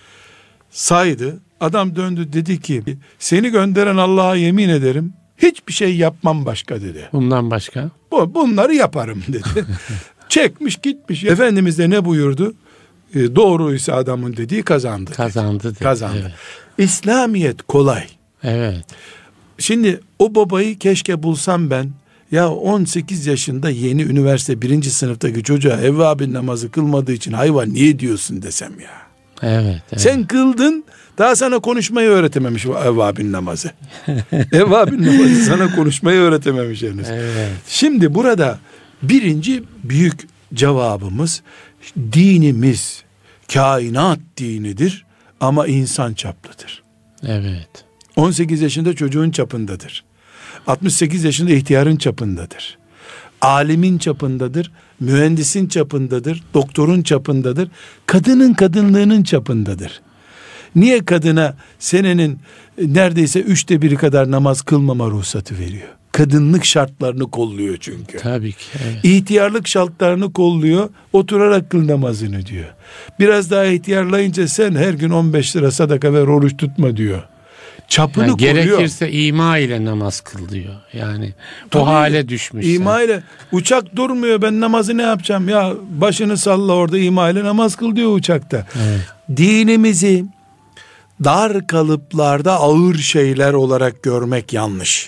B: Saydı. Adam döndü dedi ki seni gönderen Allah'a yemin ederim hiçbir şey yapmam başka dedi.
A: Bundan başka?
B: Bu, bunları yaparım dedi. Çekmiş gitmiş. Efendimiz de ne buyurdu? E, doğruysa adamın dediği kazandı.
A: Kazandı dedi.
B: Kazandı.
A: Evet.
B: İslamiyet kolay.
A: Evet.
B: Şimdi o babayı keşke bulsam ben. Ya on sekiz yaşında yeni üniversite birinci sınıftaki çocuğa evvabin namazı kılmadığı için hayvan niye diyorsun desem ya.
A: Evet. evet.
B: Sen kıldın, daha sana konuşmayı öğretememiş o evvabin namazı. Evvabin namazı sana konuşmayı öğretememiş henüz.
A: Evet.
B: Şimdi burada birinci büyük cevabımız dinimiz kainat dinidir ama insan çaplıdır.
A: Evet.
B: on sekiz yaşında çocuğun çapındadır. altmış sekiz yaşında ihtiyarın çapındadır. Alimin çapındadır, mühendisin çapındadır, doktorun çapındadır, kadının kadınlığının çapındadır. Niye kadına senenin neredeyse üçte biri kadar namaz kılmama ruhsatı veriyor? Kadınlık şartlarını kolluyor çünkü.
A: Tabii ki. Evet.
B: İhtiyarlık şartlarını kolluyor, oturarak kıl namazını diyor. Biraz daha ihtiyarlayınca sen her gün on beş lira sadaka ver, oruç tutma diyor. çapını
A: Yani
B: koruyor.
A: gerekirse ima ile namaz kıl diyor. Yani
B: Tabii,
A: o hale düşmüş.
B: İma ile uçak durmuyor, ben namazı ne yapacağım ya, başını salla orada, ima ile namaz kıl diyor uçakta.
A: Evet.
B: Dinimizi dar kalıplarda ağır şeyler olarak görmek yanlış.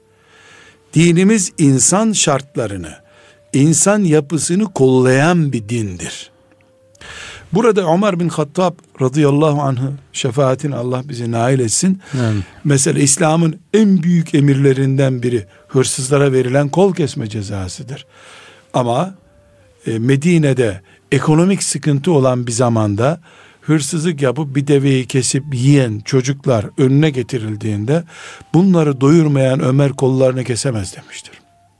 B: Dinimiz insan şartlarını, insan yapısını kollayan bir dindir. Burada Ömer bin Hattab radıyallahu anh'ı, şefaatin Allah bizi nail etsin.
A: Evet.
B: Mesela İslam'ın en büyük emirlerinden biri hırsızlara verilen kol kesme cezasıdır. Ama e, Medine'de ekonomik sıkıntı olan bir zamanda hırsızlık yapıp bir deveyi kesip yiyen çocuklar önüne getirildiğinde bunları doyurmayan Ömer kollarını kesemez demiştir.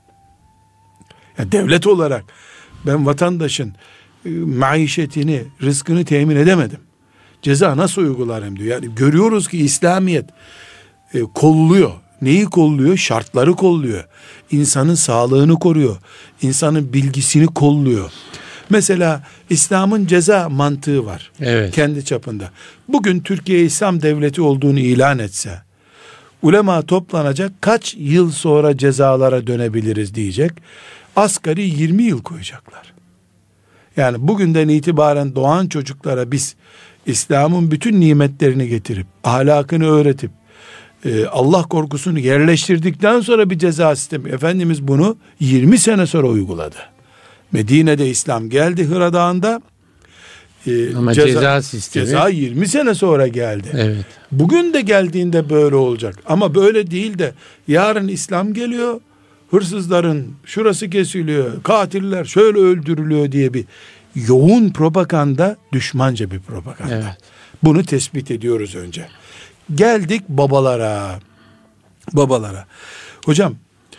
B: Yani devlet olarak ben vatandaşın e, maişetini, rızkını temin edemedim. Ceza nasıl uygularım diyor. Yani görüyoruz ki İslamiyet e, kolluyor. Neyi kolluyor? Şartları kolluyor. İnsanın sağlığını koruyor. İnsanın bilgisini kolluyor. Mesela İslam'ın ceza mantığı var.
A: Evet.
B: Kendi çapında. Bugün Türkiye İslam Devleti olduğunu ilan etse, ulema toplanacak, kaç yıl sonra cezalara dönebiliriz diyecek. Asgari yirmi yıl koyacaklar. Yani bugünden itibaren doğan çocuklara biz İslam'ın bütün nimetlerini getirip, ahlakını öğretip, e, Allah korkusunu yerleştirdikten sonra bir ceza sistemi. Efendimiz bunu yirmi sene sonra uyguladı. Medine'de İslam geldi Hira Dağı'nda. E,
A: Ama ceza, ceza sistemi.
B: Ceza yirmi sene sonra geldi.
A: Evet.
B: Bugün de geldiğinde böyle olacak. Ama böyle değil de yarın İslam geliyor, hırsızların şurası kesiliyor, katiller şöyle öldürülüyor diye bir yoğun propaganda, düşmanca bir propaganda.
A: Evet.
B: Bunu tespit ediyoruz önce. Geldik babalara. Babalara. Hocam,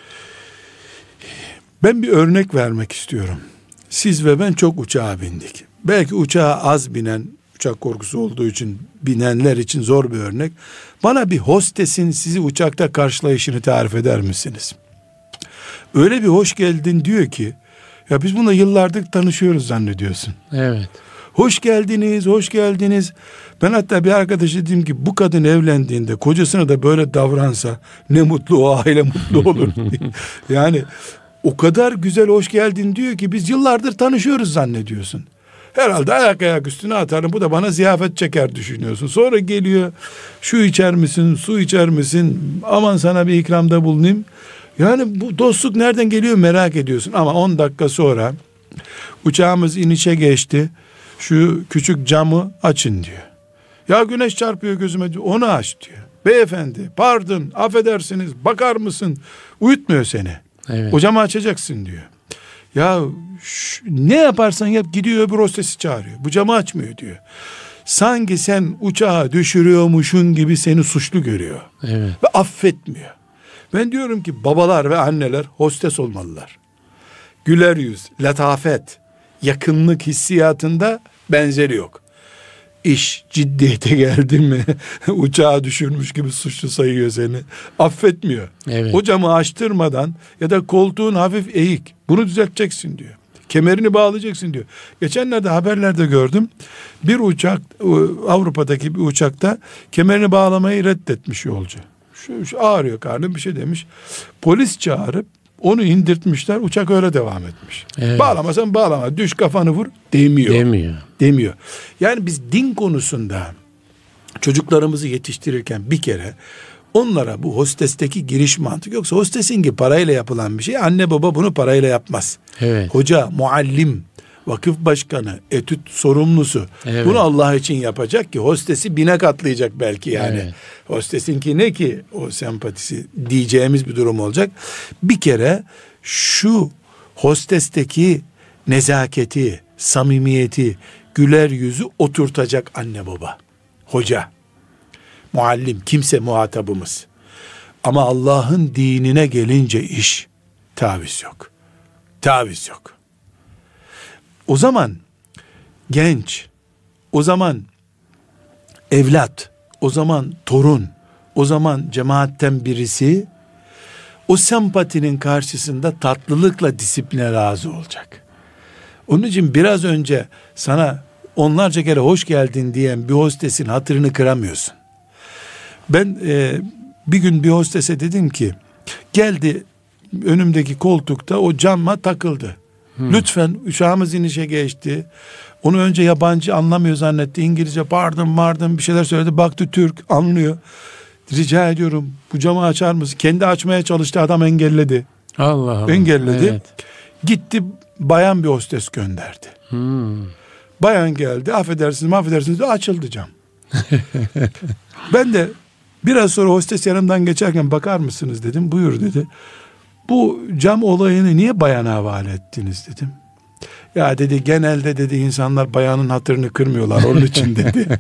B: ben bir örnek vermek istiyorum. Siz ve ben çok uçağa bindik. Belki uçağa az binen, uçak korkusu olduğu için binenler için zor bir örnek. Bana bir hostesin sizi uçakta karşılayışını tarif eder misiniz? Öyle bir hoş geldin diyor ki, ya biz bununla yıllardır tanışıyoruz zannediyorsun.
A: Evet.
B: Hoş geldiniz, hoş geldiniz. Ben hatta bir arkadaşa dedim ki, bu kadın evlendiğinde kocasına da böyle davransa ne mutlu, o aile mutlu olur. Yani o kadar güzel hoş geldin diyor ki biz yıllardır tanışıyoruz zannediyorsun. Herhalde ayak ayak üstüne atarım, bu da bana ziyafet çeker düşünüyorsun. Sonra geliyor, şu içer misin, su içer misin, aman sana bir ikramda bulunayım. Yani bu dostluk nereden geliyor merak ediyorsun. Ama on dakika sonra uçağımız inişe geçti, şu küçük camı açın diyor. Ya güneş çarpıyor gözüme diyor, onu aç diyor. Beyefendi pardon, affedersiniz, bakar mısın, uyutmuyor seni.
A: Evet.
B: O camı açacaksın diyor. Ya şu, ne yaparsan yap, gidiyor öbür hostesi çağırıyor. Bu camı açmıyor diyor. Sanki sen uçağı düşürüyormuşun gibi seni suçlu görüyor.
A: Evet.
B: Ve affetmiyor. Ben diyorum ki babalar ve anneler hostes olmalılar. Güler yüz, letafet, yakınlık hissiyatında benzeri yok. İş ciddiyete geldi mi uçağı düşürmüş gibi suçlu sayıyor seni. Affetmiyor.
A: Evet.
B: O camı açtırmadan ya da koltuğun hafif eğik, bunu düzelteceksin diyor. Kemerini bağlayacaksın diyor. Geçenlerde haberlerde gördüm. Bir uçak, Avrupa'daki bir uçakta kemerini bağlamayı reddetmiş yolcu. Şu, şu ağrıyor karnım, bir şey demiş. Polis çağırıp onu indirtmişler. Uçak öyle devam etmiş.
A: Evet.
B: Bağlamasan bağlama, düş kafanı vur demiyor.
A: Demiyor.
B: Demiyor. Yani biz din konusunda çocuklarımızı yetiştirirken bir kere onlara bu hostesteki giriş mantık, yoksa hostesin ki parayla yapılan bir şey, anne baba bunu parayla yapmaz. Evet. Hoca, muallim, vakıf başkanı, etüt sorumlusu, evet, bunu Allah için yapacak ki hostesi bine katlayacak belki yani. Evet. Hostesinki ne ki o sempatisi diyeceğimiz bir durum olacak. Bir kere şu hostesteki nezaketi, samimiyeti, güler yüzü oturtacak anne baba, hoca, muallim, kimse muhatabımız. Ama Allah'ın dinine gelince iş, taviz yok. Taviz yok. O zaman genç, o zaman evlat, o zaman torun, o zaman cemaatten birisi o sempatinin karşısında tatlılıkla disipline razı olacak. Onun için biraz önce sana onlarca kere hoş geldin diyen bir hostesin hatırını kıramıyorsun. Ben e, bir gün bir hostese dedim ki, geldi önümdeki koltukta o cama takıldı. Hmm. Lütfen, uçağımız inişe geçti. Onu önce yabancı, anlamıyor zannetti. İngilizce bağırdım bağırdım bir şeyler söyledi. Baktı Türk, anlıyor. Rica ediyorum bu camı açar mısın? Kendi açmaya çalıştı, adam engelledi.
A: Allah Allah.
B: Engelledi.
A: Evet.
B: Gitti bayan bir hostes gönderdi.
A: Hmm.
B: Bayan geldi, affedersiniz affedersiniz de açıldı cam. Ben de biraz sonra hostes yanımdan geçerken bakar mısınız dedim. Buyur dedi. Bu cam olayını niye bayana havale ettiniz dedim. Ya dedi, genelde dedi insanlar bayanın hatırını kırmıyorlar onun için dedi.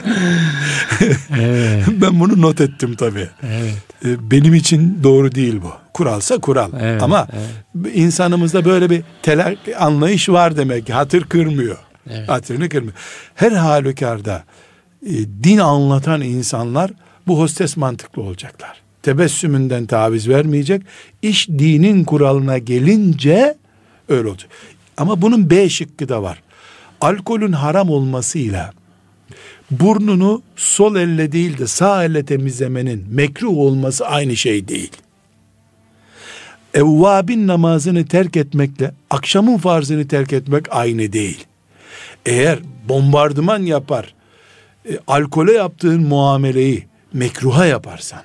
A: Evet.
B: Ben bunu not ettim tabii.
A: Evet.
B: Benim için doğru değil bu. Kuralsa kural.
A: Evet,
B: Ama
A: evet.
B: insanımızda böyle bir telak anlayış var demek ki. Hatır kırmıyor.
A: Evet.
B: Hatırını kırmıyor. Her halükarda e, din anlatan insanlar bu hostes mantıklı olacaklar. Tebessümünden taviz vermeyecek. İş dinin kuralına gelince öyle olacak. Ama bunun B şıkkı da var. Alkolün haram olmasıyla burnunu sol elle değil de sağ elle temizlemenin mekruh olması aynı şey değil. Evvabin namazını terk etmekle akşamın farzını terk etmek aynı değil. Eğer bombardıman yapar, e, alkole yaptığın muameleyi mekruha yaparsan,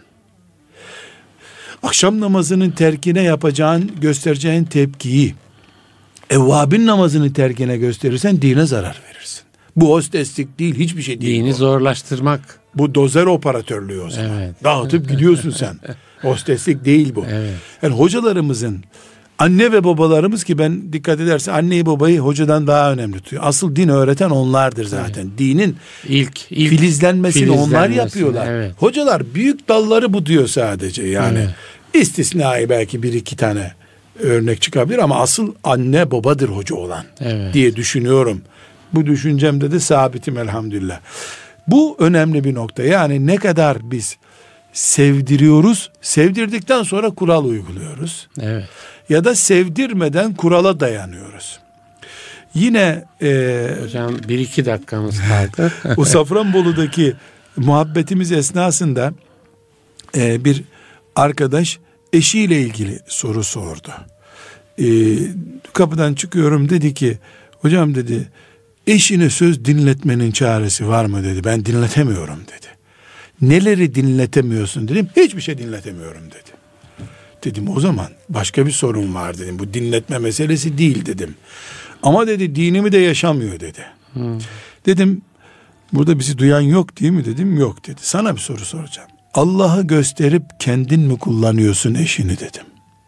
B: akşam namazının terkine yapacağın, göstereceğin tepkiyi evvabin namazını terkine gösterirsen dine zarar verirsin. Bu hosteslik değil, hiçbir şey değil.
A: Dini
B: bu.
A: zorlaştırmak.
B: Bu dozer operatörlüğü o zaman.
A: Evet.
B: Dağıtıp gidiyorsun sen. Hosteslik değil bu.
A: Evet.
B: Yani hocalarımızın, anne ve babalarımız, ki ben dikkat edersen anneyi babayı hocadan daha önemli tutuyor. Asıl din öğreten onlardır zaten. Evet. Dinin
A: ilk, ilk
B: filizlenmesini,
A: filizlenmesini
B: onlar yapıyorlar.
A: Evet.
B: Hocalar büyük dalları buduyor sadece yani. Evet. İstisnai belki bir iki tane örnek çıkabilir ama asıl anne babadır hoca olan, evet, diye düşünüyorum. Bu düşüncemde de sabitim elhamdülillah. Bu önemli bir nokta. Yani ne kadar biz sevdiriyoruz, sevdirdikten sonra kural uyguluyoruz.
A: Evet.
B: Ya da sevdirmeden kurala dayanıyoruz. Yine e,
A: hocam bir iki dakikamız kaldı.
B: o Safranbolu'daki muhabbetimiz esnasında e, bir arkadaş eşiyle ilgili soru sordu. E, kapıdan çıkıyorum, dedi ki hocam dedi, eşine söz dinletmenin çaresi var mı dedi. Ben dinletemiyorum dedi. Neleri dinletemiyorsun dedim. Hiçbir şey dinletemiyorum dedi. Dedim o zaman başka bir sorun var dedim. Bu dinletme meselesi değil dedim. Ama dedi dinimi de yaşamıyor dedi. Hmm. Dedim burada bizi duyan yok değil mi dedim. Yok dedi. Sana bir soru soracağım. Allah'ı gösterip kendin mi kullanıyorsun eşini dedim.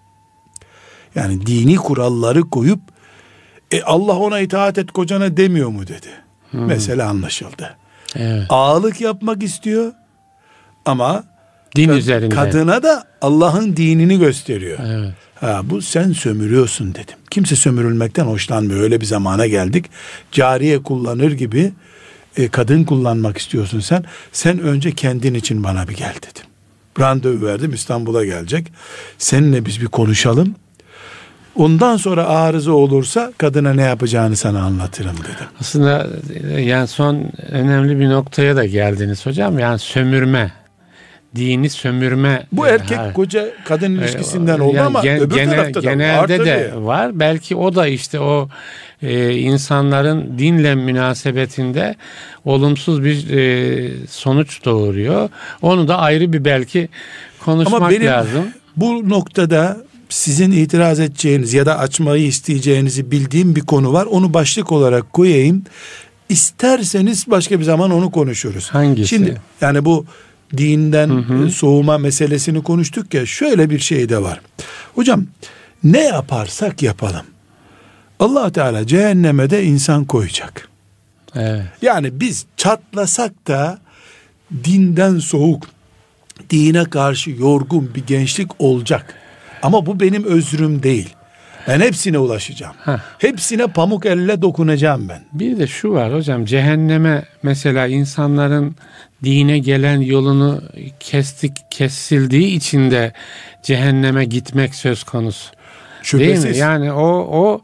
B: Yani dini kuralları koyup e, Allah ona itaat et kocana demiyor mu dedi. Hmm. Mesela anlaşıldı.
A: Evet.
B: Ağalık yapmak istiyor ama
A: din
B: kad-
A: üzerinde.
B: Kadına da Allah'ın dinini gösteriyor.
A: Evet.
B: Ha, bu sen sömürüyorsun dedim. Kimse sömürülmekten hoşlanmıyor. Öyle bir zamana geldik. Cariye kullanır gibi e, kadın kullanmak istiyorsun sen. Sen önce kendin için bana bir gel dedim. Randevu verdim, İstanbul'a gelecek. Seninle biz bir konuşalım. Ondan sonra arıza olursa kadına ne yapacağını sana anlatırım dedim.
A: Aslında yani son önemli bir noktaya da geldiniz hocam. Yani sömürme. Dini sömürme.
B: Bu erkek ha. koca kadın ilişkisinden oldu, yani ama gen, öbür
A: genel,
B: tarafta da
A: genelde
B: var,
A: de var. Belki o da işte o e, insanların dinle münasebetinde olumsuz bir e, sonuç doğuruyor. Onu da ayrı bir belki konuşmak
B: ama benim
A: lazım.
B: Bu noktada sizin itiraz edeceğiniz ya da açmayı isteyeceğinizi bildiğim bir konu var. Onu başlık olarak koyayım. İsterseniz başka bir zaman onu konuşuruz.
A: Hangisi?
B: Şimdi yani bu dinden
A: hı hı.
B: soğuma meselesini konuştuk ya, şöyle bir şey de var. Hocam ne yaparsak yapalım Allah Teala cehenneme de insan koyacak.
A: Evet.
B: Yani biz çatlasak da dinden soğuk, dine karşı yorgun bir gençlik olacak. Ama bu benim özrüm değil. Ben hepsine ulaşacağım. Heh. Hepsine pamuk elle dokunacağım ben.
A: Bir de şu var hocam, cehenneme mesela insanların dine gelen yolunu kestik kesildiği için de cehenneme gitmek söz konusu.
B: Şüphesiz.
A: Değil mi? Yani o o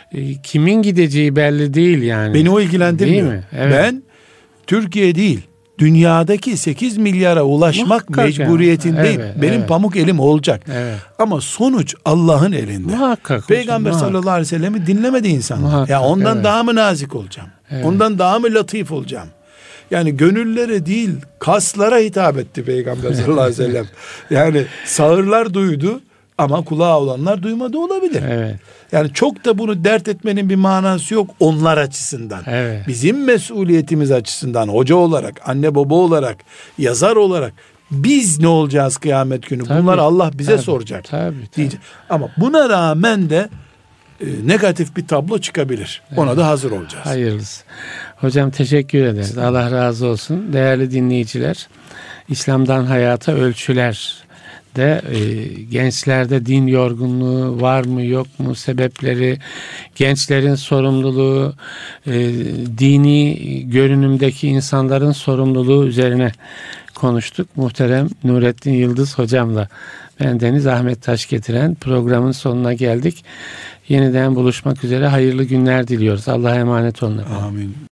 A: kimin gideceği belli değil yani.
B: Beni o ilgilendirmiyor.
A: Değil mi? Evet.
B: Ben Türkiye değil, dünyadaki sekiz milyara ulaşmak
A: Muhakkak
B: mecburiyetindeyim.
A: yani. Evet,
B: Benim
A: evet.
B: pamuk elim olacak.
A: Evet.
B: Ama sonuç Allah'ın elinde.
A: Muhakkak.
B: Peygamber
A: hocam,
B: sallallahu aleyhi ve sellem'i dinlemedi insanlar.
A: Muhakkak,
B: Ya ondan
A: evet.
B: daha mı nazik olacağım?
A: Evet.
B: Ondan daha mı latif olacağım? Yani gönüllere değil, kaslara hitap etti Peygamber sallallahu aleyhi ve sellem. Yani sağırlar duydu ama kulağı olanlar duymadı olabilir.
A: Evet.
B: Yani çok da bunu dert etmenin bir manası yok onlar açısından.
A: Evet.
B: Bizim mesuliyetimiz açısından hoca olarak, anne baba olarak, yazar olarak biz ne olacağız kıyamet günü?
A: Tabii,
B: Bunlar Allah bize
A: tabii,
B: soracak.
A: Tabii, tabii.
B: Diyecek. Ama buna rağmen de e, negatif bir tablo çıkabilir. Ona da hazır olacağız.
A: Hayırlısı. Hocam teşekkür ederiz. Allah razı olsun. Değerli dinleyiciler, İslam'dan hayata ölçüler de e, gençlerde din yorgunluğu var mı yok mu, sebepleri, gençlerin sorumluluğu, e, dini görünümdeki insanların sorumluluğu üzerine konuştuk. Muhterem Nurettin Yıldız hocamla bendeniz Ahmet Taş getiren programın sonuna geldik. Yeniden buluşmak üzere hayırlı günler diliyoruz. Allah'a emanet olun efendim.
B: Amin.